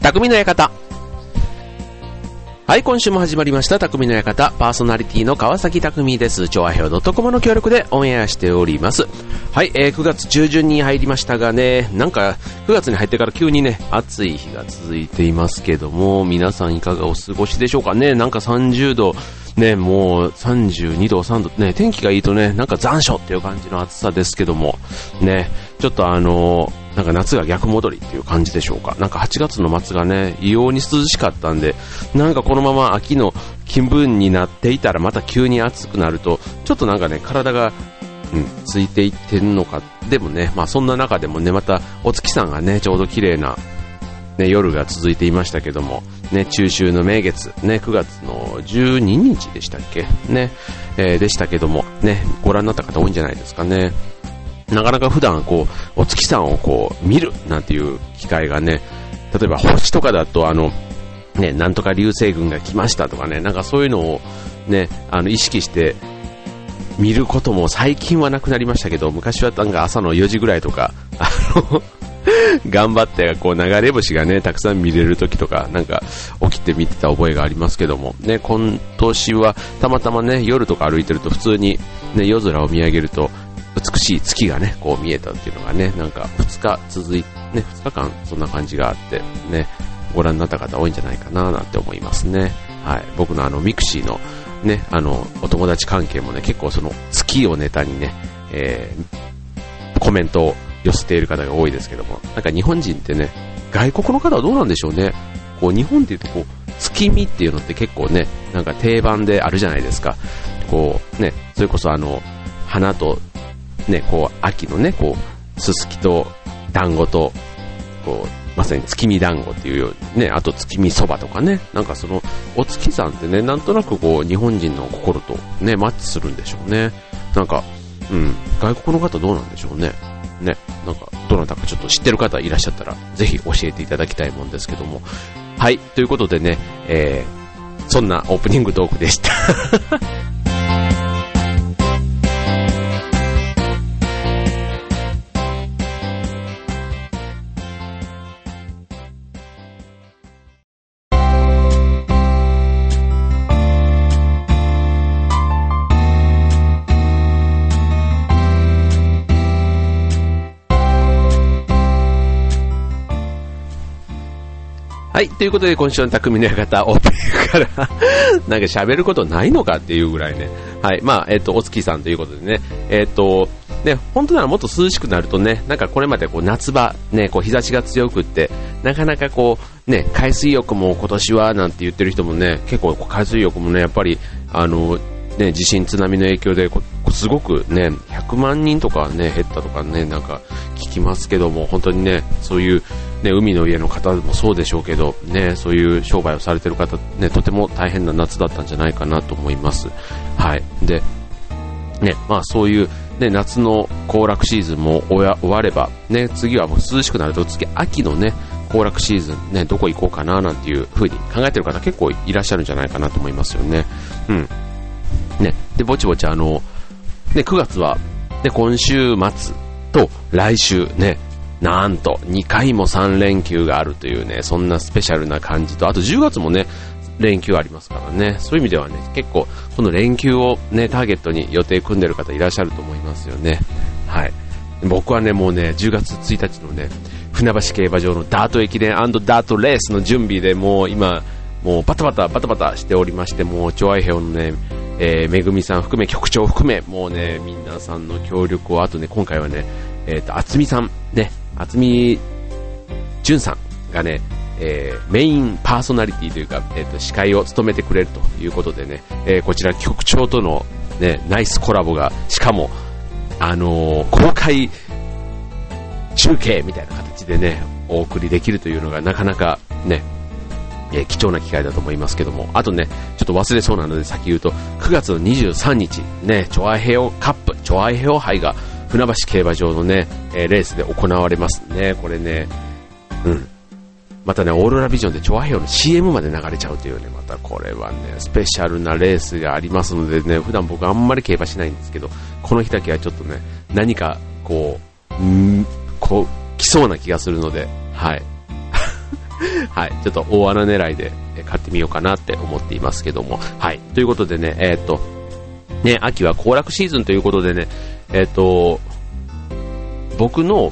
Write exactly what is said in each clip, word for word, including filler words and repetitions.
匠の館。はい、今週も始まりました匠の館、パーソナリティの川崎匠です。ちょあへお .com の協力でオンエアしております。はい、えー、くがつ中旬に入りましたがね、なんかくがつに入ってから急にね暑い日が続いていますけども、皆さんいかがお過ごしでしょうかね。なんかさんじゅうどね、もうさんじゅうにどさんどね、天気がいいとね、なんか残暑っていう感じの暑さですけどもね、ちょっとあのーなんか夏が逆戻りっていう感じでしょうか。なんかはちがつの末がね異様に涼しかったんで、なんかこのまま秋の気分になっていたらまた急に暑くなるとちょっとなんかね体が、うん、ついていってんのか。でもね、まあそんな中でもね、またお月さんがねちょうど綺麗な、ね、夜が続いていましたけどもね、中秋の名月ね、くがつのじゅうににちでしたっけね、えー、でしたけどもね、ご覧になった方多いんじゃないですかね。なかなか普段こうお月さんをこう見るなんていう機会がね、例えば星とかだとあのね、なんとか流星群が来ましたとかね、なんかそういうのをねあの意識して見ることも最近はなくなりましたけど、昔はなんか朝のよじぐらいとかあの頑張ってこう流れ星がねたくさん見れる時とかなんか起きて見てた覚えがありますけどもね、今年はたまたまね夜とか歩いてると普通にね夜空を見上げると美しい月がねこう見えたっていうのがね、なんかふつか続いてね、ふつかかんそんな感じがあってね、ご覧になった方多いんじゃないかななんて思いますね。はい、僕のあのミクシーのねあのお友達関係もね結構その月をネタにね、えー、コメントを寄せている方が多いですけども、なんか日本人ってね、外国の方はどうなんでしょうね。こう日本っていうとこう月見っていうのって結構ねなんか定番であるじゃないですか。こうね、それこそあの花とね、こう秋のねこうすすきと団子とこうまさに月見団子っていうようにね、あと月見そばとかね、なんかそのお月さんってねなんとなくこう日本人の心とねマッチするんでしょうね。なんかうん外国の方どうなんでしょうね。ね、なんかどなたかちょっと知ってる方いらっしゃったらぜひ教えていただきたいもんですけども、はい、ということでね、えー、そんなオープニングトークでしたはい、ということで今週の匠の館オープニングからなんか喋ることないのかっていうぐらいね、はい、まあえっとお月さんということでね、えっとね本当ならもっと涼しくなるとね、なんかこれまでこう夏場ねこう日差しが強くってなかなかこうね海水浴も今年はなんて言ってる人もね結構海水浴もねやっぱりあのね、地震津波の影響ですごくねひゃくまんにんとかね減ったとかねなんか聞きますけども、本当にねそういうね海の家の方もそうでしょうけどね、そういう商売をされてる方ねとても大変な夏だったんじゃないかなと思います。はい、でねまあそういうね夏の行楽シーズンも終わればね、次はもう涼しくなると次秋のね行楽シーズンねどこ行こうかななんていう風に考えてる方結構いらっしゃるんじゃないかなと思いますよね。うんね、でぼちぼちあの、ね、くがつは、ね、今週末と来週ねなんとにかいもさんれんきゅうがあるというね、そんなスペシャルな感じと、あとじゅうがつもね連休ありますからね、そういう意味ではね結構この連休をねターゲットに予定組んでる方いらっしゃると思いますよね。はい、僕はねもうねじゅうがつついたちのね船橋競馬場のダート駅伝&ダートレースの準備でもう今もうバタバタバタバタしておりまして、もう調愛兵のねえー、めぐみさん含め局長含めもうね皆さんの協力を、あとね今回はねえっとあつみさんねあつみじゅんさんがね、えー、メインパーソナリティというか、えー、と司会を務めてくれるということでね、えー、こちら局長とのねナイスコラボがしかもあのー、公開中継みたいな形でねお送りできるというのがなかなかねえー、貴重な機会だと思いますけども、あとねちょっと忘れそうなので先言うとくがつのにじゅうさんにちねチョアヘオカップチョアヘオ杯が船橋競馬場のね、えー、レースで行われますね。これねうんまたねオーロラビジョンでチョアヘオの シーエム まで流れちゃうというね、またこれはねスペシャルなレースがありますのでね、普段僕あんまり競馬しないんですけどこの日だけはちょっとね何かこう、んーこう来そうな気がするので、はいはい、ちょっと大穴狙いで買ってみようかなって思っていますけども、はい、ということでね、えー、っとね、秋は行楽シーズンということでね、えー、っと僕の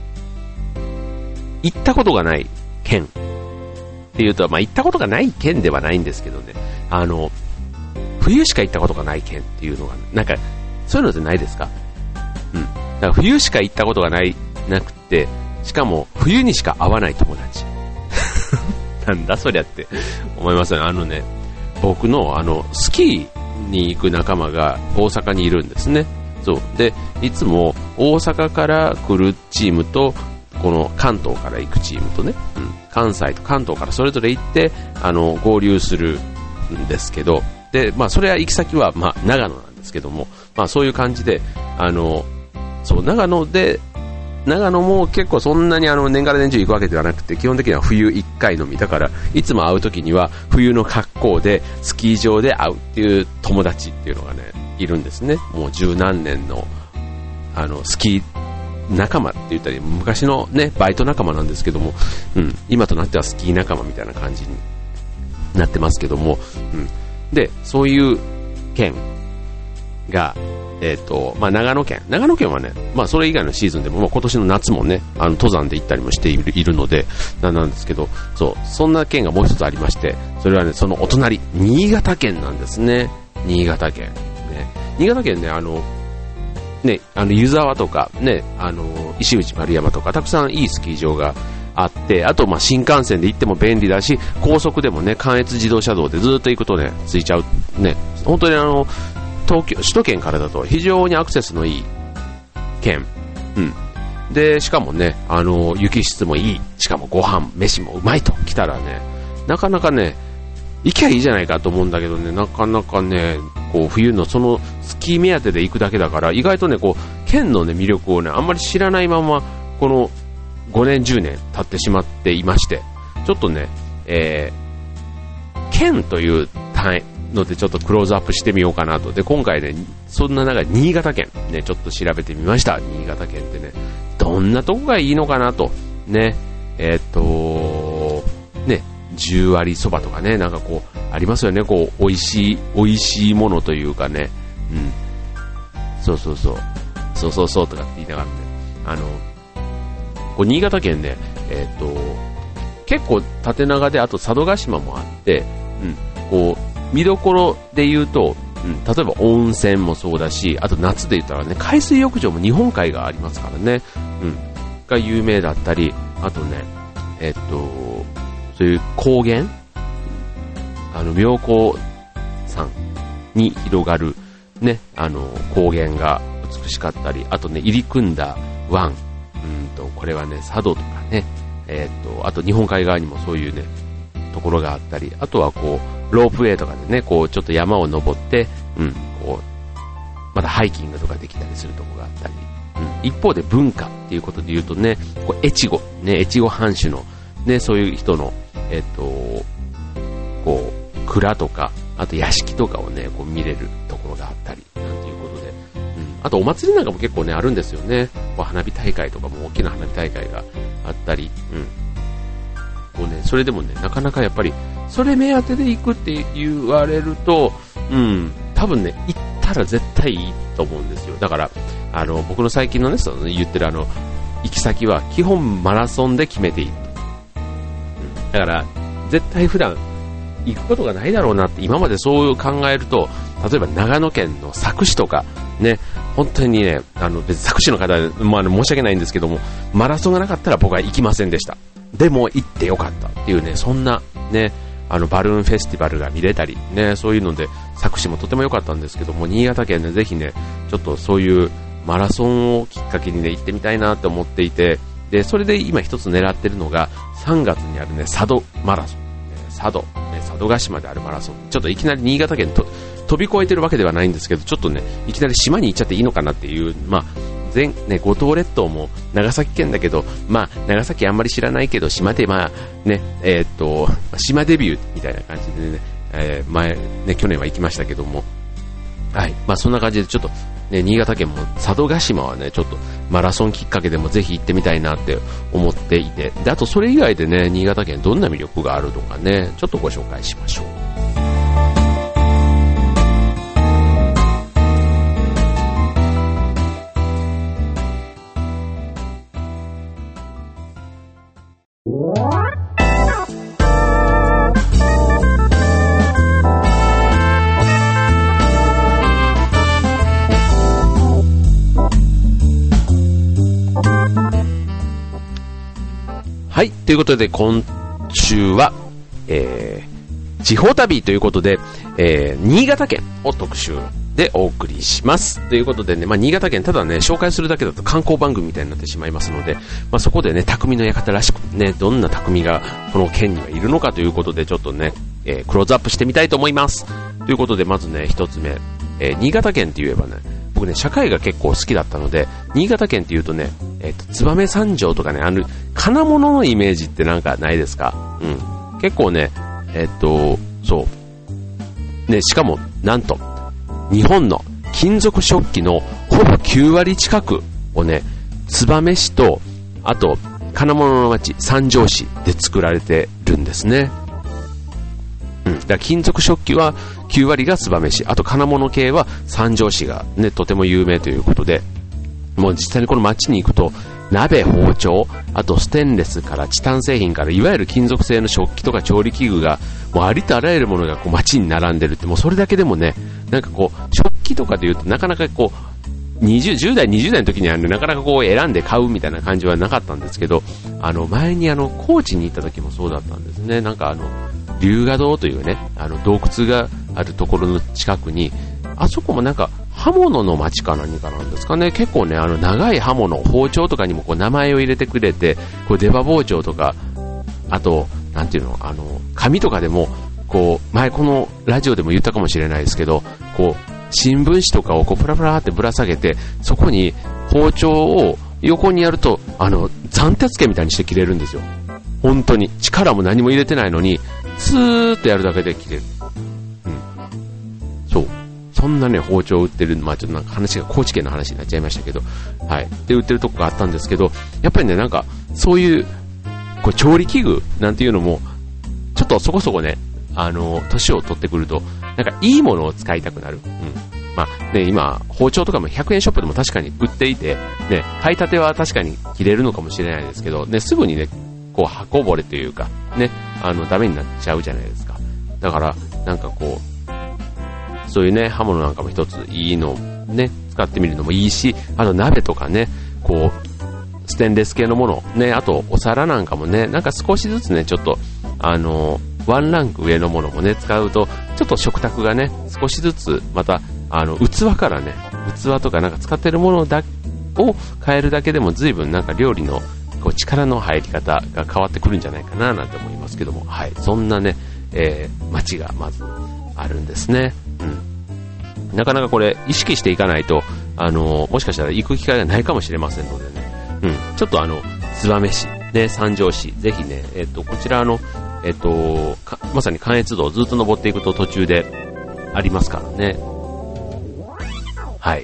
行ったことがない県っていうと、まあ、行ったことがない県ではないんですけどね、あの冬しか行ったことがない県っていうのがなんかそういうのってないですか？うん、だから冬しか行ったことがないなくて、しかも冬にしか会わない友達なんだそりゃって思いますよね。あのね、僕のあのスキーに行く仲間が大阪にいるんですね。そうで、いつも大阪から来るチームとこの関東から行くチームとね、うん、関西と関東からそれぞれ行ってあの合流するんですけど、で、まあ、それは行き先は、まあ、長野なんですけども、まあ、そういう感じであのそう長野で長野も結構そんなにあの年がら年中行くわけではなくて、基本的には冬いっかいのみだから、いつも会う時には冬の格好でスキー場で会うっていう友達っていうのがねいるんですね。もう十何年のあのスキー仲間って言ったり、昔のねバイト仲間なんですけども、うん、今となってはスキー仲間みたいな感じになってますけども、うん、でそういう県がえーとまあ、長野県長野県はね、まあ、それ以外のシーズンでも、まあ、今年の夏もねあの登山で行ったりもしている、いるのでなんですけど、そうそんな県がもう一つありまして、それはねそのお隣新潟県なんですね。新潟県、ね、新潟県ねあのねあの湯沢とかねあの石内丸山とかたくさんいいスキー場があって、あとまあ新幹線で行っても便利だし、高速でもね関越自動車道でずっと行くとね着いちゃうね、本当にあの東京首都圏からだと非常にアクセスのいい県、うん、でしかもねあの雪質もいい、しかもご飯飯もうまいと来たらね、なかなかね行きゃいいじゃないかと思うんだけどね、なかなかねこう冬のそのスキー目当てで行くだけだから、意外とねこう県のね魅力をねあんまり知らないままこのごねんじゅうねん経ってしまっていまして、ちょっとね、えー、県という単位のでちょっとクローズアップしてみようかなと。で今回ねそんな中で新潟県ねちょっと調べてみました。新潟県ってねどんなとこがいいのかなとね、えー、っとね十割そばとかねなんかこうありますよね、こう美味しい美味しいものというかね、うんそうそうそうそうそうそうとかって言いながらね、あのこう新潟県ねえー、っと結構縦長で、あと佐渡島もあって、うんこう見どころで言うと、うん、例えば温泉もそうだし、あと夏で言ったらね海水浴場も日本海がありますからね、うん、が有名だったり、あとねえっとそういう高原、あの妙高山に広がるねあの高原が美しかったり、あとね入り組んだ湾、うんとこれはね佐渡とかね、えっとあと日本海側にもそういうねところがあったり、あとはこうロープウェイとかでねこうちょっと山を登って、うん、こうまたハイキングとかできたりするところがあったり、うん、一方で文化っていうことで言うとねこう越後ね越後藩主のねそういう人のえっとこう蔵とかあと屋敷とかをねこう見れるところがあったりなんていうことで、うん、あとお祭りなんかも結構ねあるんですよね。こう花火大会とかも大きな花火大会があったり、うんこうね、それでもねなかなかやっぱりそれ目当てで行くって言われると、うん、多分ね行ったら絶対いいと思うんですよ。だからあの僕の最近のねその言ってるあの行き先は基本マラソンで決めていい、うん、だから絶対普段行くことがないだろうなって今までそう考えると、例えば長野県の佐久市とかね本当にねあの別に佐久市の方、まあ、申し訳ないんですけどもマラソンがなかったら僕は行きませんでした。でも行ってよかったっていうね、そんなねあのバルーンフェスティバルが見れたりね、そういうので佐久市もとても良かったんですけども、新潟県でぜひねちょっとそういうマラソンをきっかけにね行ってみたいなって思っていて、でそれで今一つ狙ってるのがさんがつにあるね佐渡マラソン、ね、佐渡、ね、佐渡島であるマラソン、ちょっといきなり新潟県と飛び越えてるわけではないんですけど、ちょっとねいきなり島に行っちゃっていいのかなっていう、まあ全ね、五島列島も長崎県だけど、まあ、長崎あんまり知らないけど島で、まあねえー、っと島デビューみたいな感じでね、えー、前ね去年は行きましたけども、はいまあ、そんな感じでちょっと、 ね、新潟県も佐渡島はね、ちょっとマラソンきっかけでもぜひ行ってみたいなって思っていて、で、あとそれ以外でね、新潟県どんな魅力があるのかね、ちょっとご紹介しましょう。はい。ということで、今週は、えー、地方旅ということで、えー、新潟県を特集でお送りします。ということでね、まあ、新潟県、ただね、紹介するだけだと観光番組みたいになってしまいますので、まあ、そこでね、匠の館らしくね、どんな匠がこの県にはいるのかということで、ちょっとね、えー、クローズアップしてみたいと思います。ということで、まずね、一つ目、えー、新潟県って言えばね、僕ね、社会が結構好きだったので、新潟県って言うとね、えっと、燕三条とかね、あの、金物のイメージってなんかないですか？うん。結構ね、えっと、そう。ね、しかも、なんと、日本の金属食器のほぼきゅうわり近くをね、燕市と、あと、金物の町、三条市で作られてるんですね。うん。だから金属食器はきゅうわりが燕市、あと金物系は三条市がね、とても有名ということで、もう実際にこの町に行くと、鍋、包丁、あとステンレスからチタン製品から、いわゆる金属製の食器とか調理器具が、もうありとあらゆるものがこう町に並んでるって、もうそれだけでもね、なんかこう、食器とかで言うとなかなかこう、にじゅう、じゅう代、にじゅう代の時にはね、なかなかこう選んで買うみたいな感じはなかったんですけど、あの、前にあの、高知に行った時もそうだったんですね。なんかあの、龍河洞というね、あの、洞窟があるところの近くに、あそこもなんか、刃物の町か何かなんですかね。結構ね、あの、長い刃物、包丁とかにもこう名前を入れてくれて、こう出刃包丁とか、あと、なんていうの、あの、紙とかでも、こう、前このラジオでも言ったかもしれないですけど、こう、新聞紙とかをこう、プラプラってぶら下げて、そこに包丁を横にやると、あの、斬鉄剣みたいにして切れるんですよ。本当に。力も何も入れてないのに、スーッとやるだけで切れる。うん。そう。そんなね、包丁を売ってる、まあちょっとなんか話が高知県の話になっちゃいましたけど、はい。で、売ってるとこがあったんですけど、やっぱりね、なんか、そういう、こう、調理器具なんていうのも、ちょっとそこそこね、あの、年を取ってくると、なんかいいものを使いたくなる。うん。まあね、今、包丁とかもひゃくえんショップでも確かに売っていて、ね、買いたては確かに切れるのかもしれないですけど、ね、すぐにね、こう、刃こぼれというか、ね、あの、ダメになっちゃうじゃないですか。だから、なんかこう、そういうね、刃物なんかも一ついいのね、使ってみるのもいいし、あと鍋とかね、こう、ステンレス系のもの、ね、あとお皿なんかもね、なんか少しずつね、ちょっと、あの、ワンランク上のものもね、使うと、ちょっと食卓がね、少しずつ、また、あの、器からね、器とかなんか使ってるものだを変えるだけでも随分なんか料理のこう力の入り方が変わってくるんじゃないかななんて思いますけども、はい、そんなね、えー、街がまずあるんですね。うん。なかなかこれ意識していかないと、あのー、もしかしたら行く機会がないかもしれませんのでね、うん、ちょっとあの、燕市、ね、三条市、ぜひね、えっと、こちらの、えっと、まさに関越道をずっと登っていくと途中でありますからね。はい。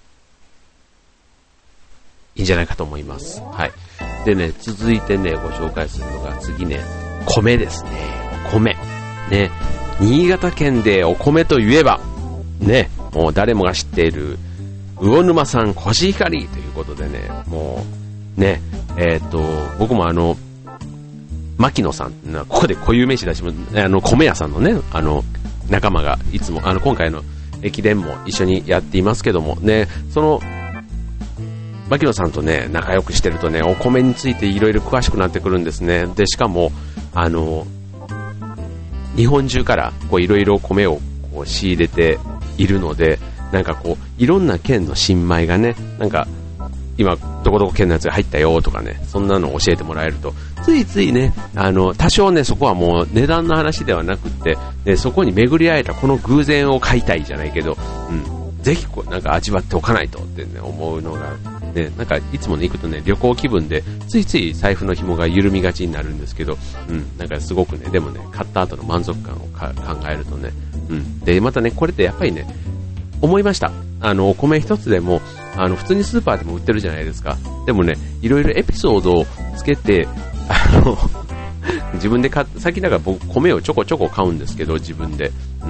いいんじゃないかと思います。はい。でね、続いてね、ご紹介するのが次ね、米ですね。米。ね。新潟県でお米といえば、ね、もう誰もが知っている、魚沼産コシヒカリということでね、もう、ね、えっと、僕もあの、牧野さん、ここで固有名詞出しも、あの、米屋さんのね、あの、仲間がいつも、あの、今回の駅伝も一緒にやっていますけども、ね、その、牧野さんとね、仲良くしてるとね、お米についていろいろ詳しくなってくるんですね。で、しかも、あの、日本中からこういろいろ米をこう仕入れているので、なんかこう、いろんな県の新米がね、なんか、今、どこどこ県のやつが入ったよとかね、そんなのを教えてもらえると、ついついね、あの、多少ね、そこはもう値段の話ではなくって、ね、そこに巡り会えたこの偶然を買いたいじゃないけど、うん、ぜひこう、なんか味わっておかないとってね、思うのが、ね、なんかいつもね、行くとね、旅行気分で、ついつい財布の紐が緩みがちになるんですけど、うん、なんかすごくね、でもね、買った後の満足感をか考えるとね、うん、で、またね、これってやっぱりね、思いました。 あの、お米一つでも、あの、普通にスーパーでも売ってるじゃないですか。でもね、いろいろエピソードをつけて、あの、自分で買っ、最近だから僕、米をちょこちょこ買うんですけど、自分で。うん。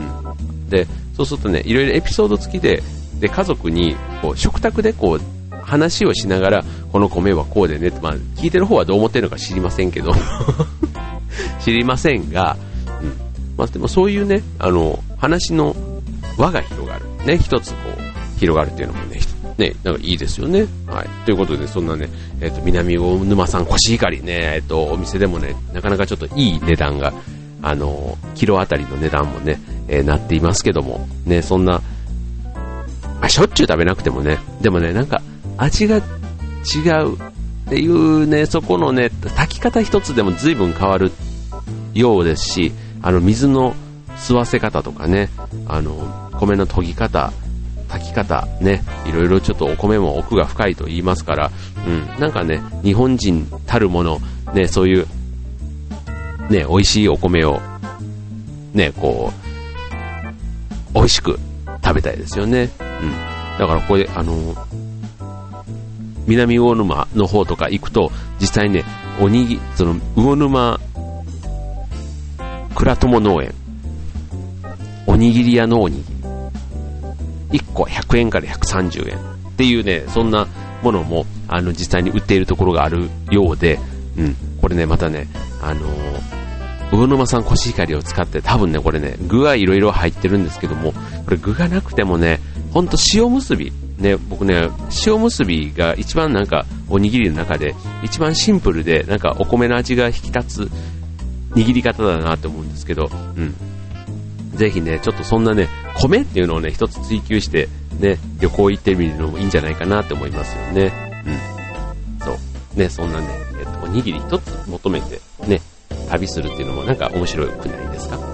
で、そうするとね、いろいろエピソード付きで、で、家族に、こう、食卓でこう、話をしながら、この米はこうでねって、まあ、聞いてる方はどう思ってるのか知りませんけど、知りませんが、うん。まあ、でもそういうね、あの、話の輪が広がる。ね、一つこう、広がるっていうのもね、ね、なんかいいですよね。はい。ということで、そんなね、えっと、南大沼産コシヒカリね、えっと、お店でもね、なかなかちょっといい値段が、あの、キロあたりの値段もね、えー、なっていますけども、ね、そんな、あ、しょっちゅう食べなくてもね、でもね、なんか、味が違うっていうね、そこのね、炊き方一つでも随分変わるようですし、あの、水の吸わせ方とかね、あの、米の研ぎ方、炊き方ね、いろいろちょっとお米も奥が深いと言いますから、うん、なんかね、日本人たるもの、ね、そういう、ね、美味しいお米を、ね、こう、美味しく食べたいですよね。うん。だからこれ、あの、南魚沼の方とか行くと、実際ね、おにぎ、その、魚沼、倉友農園、おにぎり屋のおにぎり、いっこひゃくえんからひゃくさんじゅうえんっていうね、そんなものも、あの、実際に売っているところがあるようで、うん、これね、またね、あのー、魚沼産コシヒカリを使って、多分ね、これね、具はいろいろ入ってるんですけども、これ具がなくてもね、ほんと塩結び、ね、僕ね、塩結びが一番なんか、おにぎりの中で、一番シンプルで、なんかお米の味が引き立つ握り方だなって思うんですけど、うん。ぜひね、ちょっとそんなね、米っていうのをね、一つ追求して、ね、旅行行ってみるのもいいんじゃないかなって思いますよね。うん。そう。ね、そんなね、えっと、おにぎり一つ求めて、ね、旅するっていうのもなんか面白くないですか？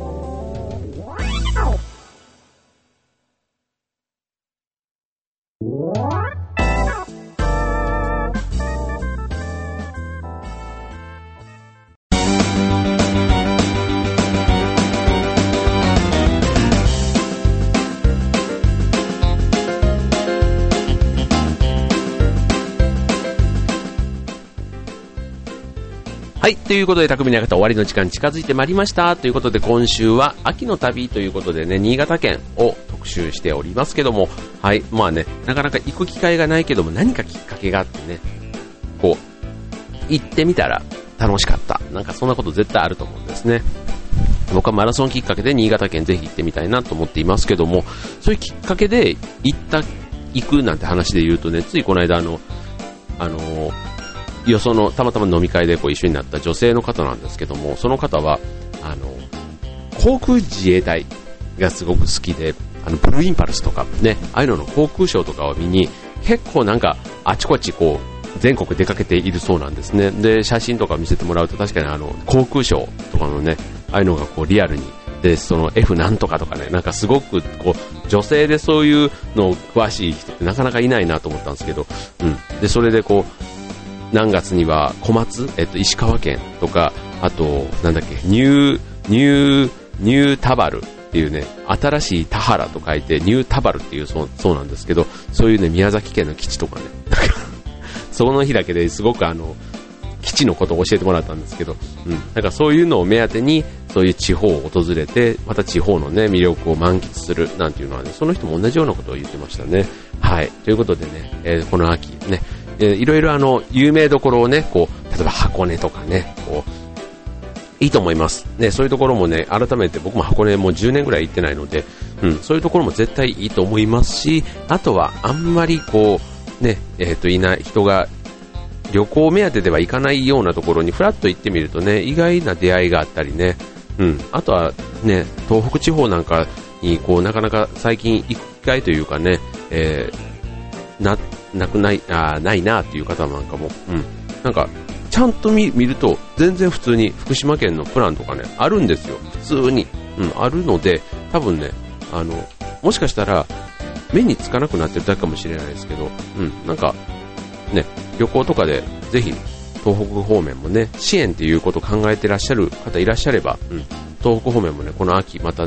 はい。ということで、匠の館終わりの時間近づいてまいりました。ということで、今週は秋の旅ということでね、新潟県を特集しておりますけども、はい。まあね、なかなか行く機会がないけども、何かきっかけがあってね、こう、行ってみたら楽しかった。なんかそんなこと絶対あると思うんですね。僕はマラソンきっかけで新潟県ぜひ行ってみたいなと思っていますけども、そういうきっかけで行った、行くなんて話で言うとね、ついこの間あの、あのー、よそのたまたま飲み会でこう一緒になった女性の方なんですけども、その方はあの航空自衛隊がすごく好きで、あのブルーインパルスとかね、ああいうのの航空ショーとかを見に結構なんかあちこちこう全国出かけているそうなんですね。で、写真とか見せてもらうと確かにあの航空ショーとかのね、ああいうのがこうリアルにで、その F なんとかとかね、なんかすごくこう女性でそういうの詳しい人ってなかなかいないなと思ったんですけど、うん、でそれでこう何月には小松、えっと、石川県とか、あと、なんだっけ、ニュー、ニュー、ニュータバルっていうね、新しい田原と書いて、ニュータバルっていうそう、そうなんですけど、そういうね、宮崎県の基地とかね、なんかその日だけですごくあの、基地のことを教えてもらったんですけど、うん、なんかそういうのを目当てに、そういう地方を訪れて、また地方のね、魅力を満喫するなんていうのはね、その人も同じようなことを言ってましたね。はい。ということでね、えー、この秋ね、えー、いろいろあの有名どころをね、こう例えば箱根とかね、こういいと思いますね。そういうところもね、改めて僕も箱根もうじゅうねんぐらい行ってないので、うん、そういうところも絶対いいと思いますし、あとはあんまりこうね、えっといない人が旅行目当てでは行かないようなところにフラッと行ってみるとね、意外な出会いがあったりね、うん、あとはね、東北地方なんかにこうなかなか最近行く機会というかね、えー、ななくないあないなっていう方なんかも、うん、なんかちゃんと 見, 見ると全然普通に福島県のプランとかねあるんですよ、普通に、うん、あるので、多分ね、あのもしかしたら目につかなくなってるだけかもしれないですけど、うん、なんかね、旅行とかでぜひ東北方面もね、支援っていうことを考えていらっしゃる方いらっしゃれば、うん、東北方面もね、この秋またね、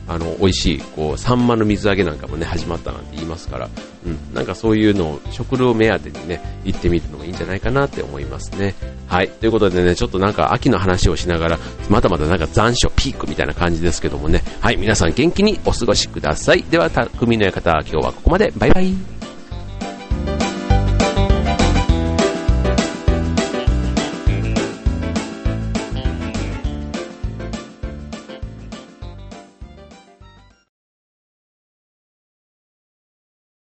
あの、美味しい、こう、サンマの水揚げなんかもね、始まったなんて言いますから、うん、なんかそういうのを、食料目当てにね、行ってみるのがいいんじゃないかなって思いますね。はい。ということでね、ちょっとなんか秋の話をしながら、まだまだなんか残暑ピークみたいな感じですけどもね、はい、皆さん元気にお過ごしください。では、匠の館、今日はここまで。バイバイ。